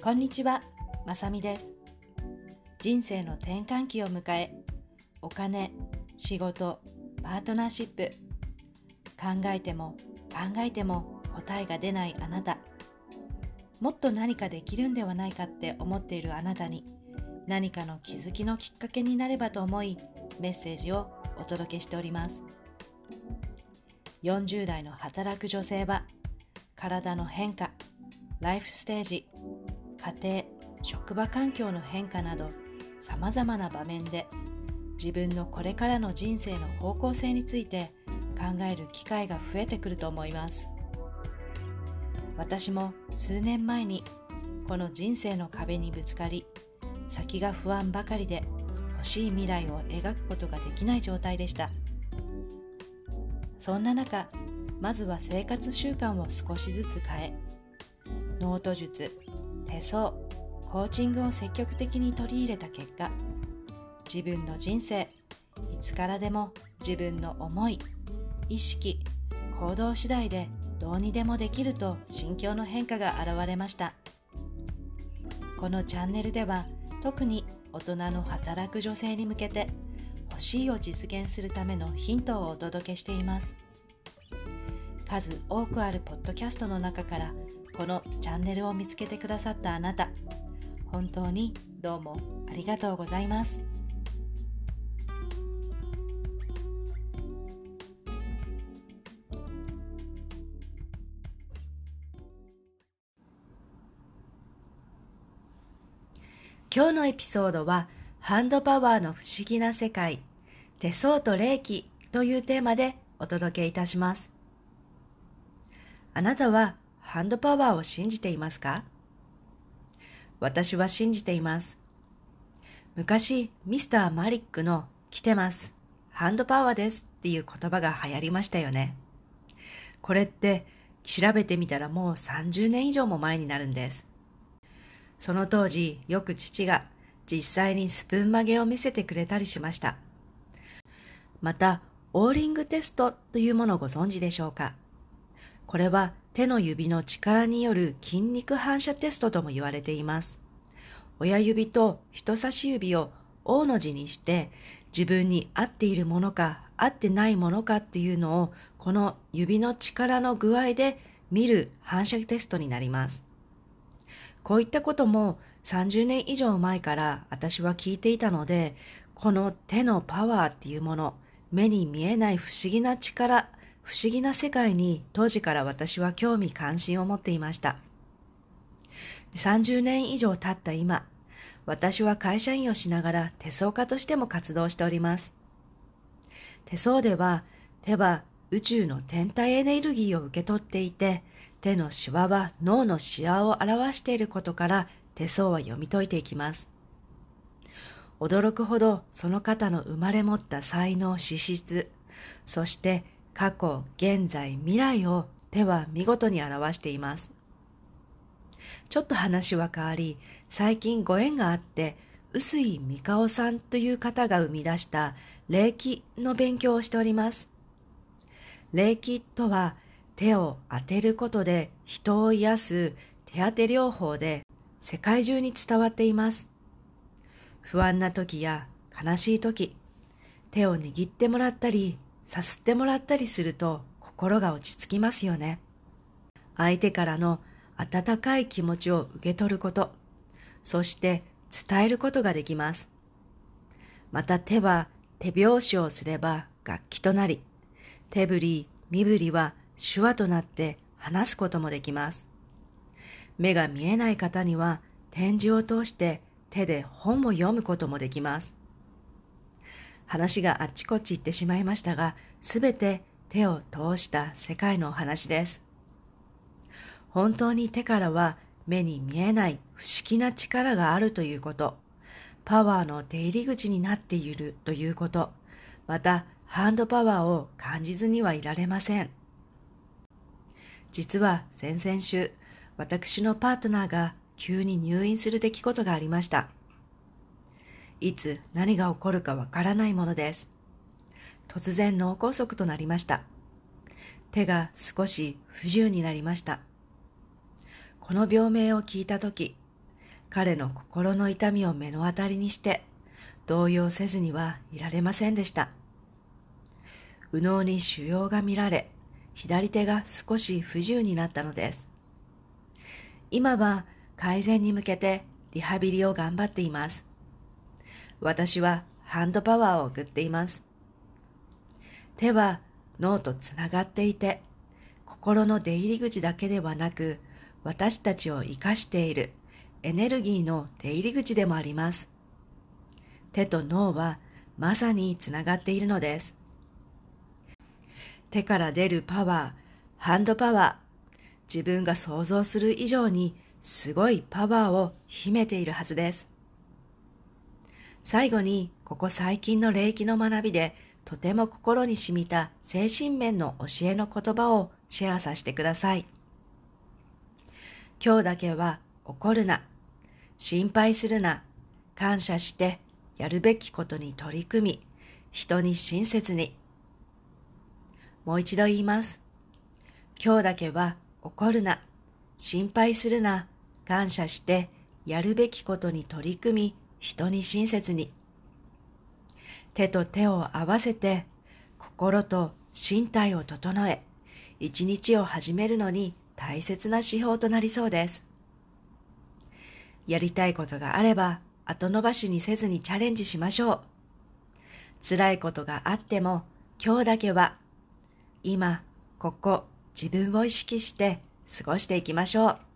こんにちは、まさみです。人生の転換期を迎え、お金、仕事、パートナーシップ、考えても考えても答えが出ないあなた、もっと何かできるんではないかって思っているあなたに、何かの気づきのきっかけになればと思い、メッセージをお届けしております。40代の働く女性は、体の変化、ライフステージ、家庭、職場環境の変化など、さまざまな場面で自分のこれからの人生の方向性について考える機会が増えてくると思います。私も数年前にこの人生の壁にぶつかり、先が不安ばかりで欲しい未来を描くことができない状態でした。そんな中、まずは生活習慣を少しずつ変え、ノート術、手相、コーチングを積極的に取り入れた結果、自分の人生、いつからでも自分の思い、意識、行動次第でどうにでもできると心境の変化が現れました。このチャンネルでは、特に大人の働く女性に向けて、欲しいを実現するためのヒントをお届けしています。数多くあるポッドキャストの中からこのチャンネルを見つけてくださったあなた、本当にどうもありがとうございます。今日のエピソードは、ハンドパワーの不思議な世界、手相と霊気というテーマでお届けいたします。あなたはハンドパワーを信じていますか？私は信じています。昔、ミスターマリックの来てます、ハンドパワーですっていう言葉が流行りましたよね。これって調べてみたらもう30年以上も前になるんです。その当時、よく父が実際にスプーン曲げを見せてくれたりしました。また、オーリングテストというものをご存知でしょうか？これは手の指の力による筋肉反射テストとも言われています。親指と人差し指を O の字にして、自分に合っているものか合ってないものかっていうのを、この指の力の具合で見る反射テストになります。こういったことも30年以上前から私は聞いていたので、この手のパワーっていうもの、目に見えない不思議な力、不思議な世界に当時から私は興味関心を持っていました。30年以上経った今、私は会社員をしながら手相家としても活動しております。手相では、手は宇宙の天体エネルギーを受け取っていて、手のシワは脳のシワを表していることから手相は読み解いていきます。驚くほどその方の生まれ持った才能、資質、そして過去、現在、未来を手は見事に表しています。ちょっと話は変わり、最近ご縁があって、臼井美香夫さんという方が生み出した霊気の勉強をしております。霊気とは、手を当てることで人を癒す手当て療法で世界中に伝わっています。不安な時や悲しい時、手を握ってもらったり、さすってもらったりすると心が落ち着きますよね。相手からの温かい気持ちを受け取ること、そして伝えることができます。また手は手拍子をすれば楽器となり、手振り、身振りは手話となって話すこともできます。目が見えない方には点字を通して手で本を読むこともできます。話があっちこっち行ってしまいましたが、すべて手を通した世界のお話です。本当に手からは目に見えない不思議な力があるということ、パワーの出入り口になっているということ、またハンドパワーを感じずにはいられません。実は先々週、私のパートナーが急に入院する出来事がありました。いつ何が起こるかわからないものです。突然脳梗塞となりました。手が少し不自由になりました。この病名を聞いたとき、 彼の心の痛みを目の当たりにして動揺せずにはいられませんでした。右脳に腫瘍が見られ、左手が少し不自由になったのです。今は改善に向けてリハビリを頑張っています。私はハンドパワーを送っています。手は脳とつながっていて、心の出入り口だけではなく、私たちを生かしているエネルギーの出入り口でもあります。手と脳はまさにつながっているのです。手から出るパワー、ハンドパワー、自分が想像する以上にすごいパワーを秘めているはずです。最後に、ここ最近の霊気の学びでとても心に染みた精神面の教えの言葉をシェアさせてください。今日だけは怒るな、心配するな、感謝してやるべきことに取り組み、人に親切に。もう一度言います。今日だけは怒るな、心配するな、感謝してやるべきことに取り組み、人に親切に。手と手を合わせて心と身体を整え、一日を始めるのに大切な指標となりそうです。やりたいことがあれば後延ばしにせずにチャレンジしましょう。辛いことがあっても今日だけは今ここ自分を意識して過ごしていきましょう。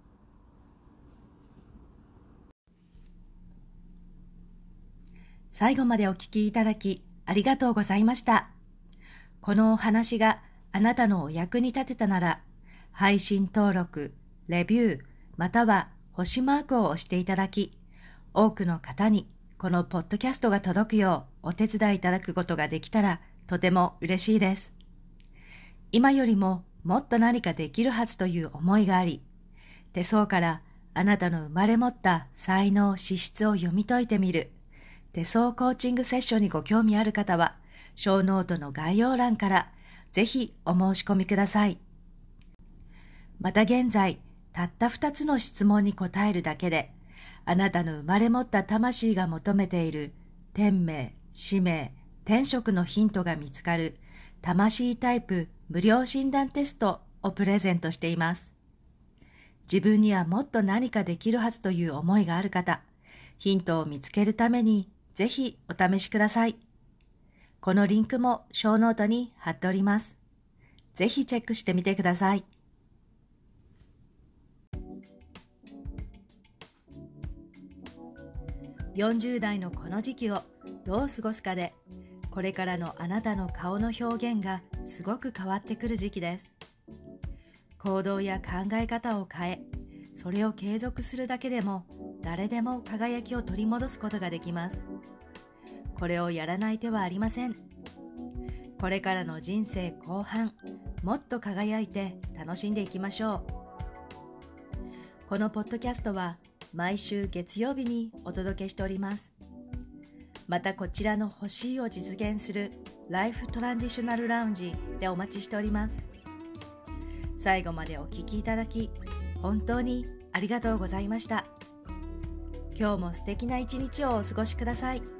最後までお聞きいただきありがとうございました。このお話があなたのお役に立てたなら、配信登録、レビュー、または星マークを押していただき、多くの方にこのポッドキャストが届くようお手伝いいただくことができたらとても嬉しいです。今よりももっと何かできるはずという思いがあり、手相からあなたの生まれ持った才能、資質を読み解いてみる手相コーチングセッションにご興味ある方は、小ノートの概要欄からぜひお申し込みください。また現在、たった2つの質問に答えるだけで、あなたの生まれ持った魂が求めている天命、使命、天職のヒントが見つかる魂タイプ無料診断テストをプレゼントしています。自分にはもっと何かできるはずという思いがある方、ヒントを見つけるためにぜひお試しください。このリンクも小ノートに貼っております。ぜひチェックしてみてください。40代のこの時期をどう過ごすかで、これからのあなたの顔の表現がすごく変わってくる時期です。行動や考え方を変え、それを継続するだけでも誰でも輝きを取り戻すことができます。これをやらない手はありません。これからの人生後半、もっと輝いて楽しんでいきましょう。このポッドキャストは毎週月曜日にお届けしております。またこちらの欲しいを実現するライフトランジショナルラウンジでお待ちしております。最後までお聞きいただき本当にありがとうございました。今日も素敵な一日をお過ごしください。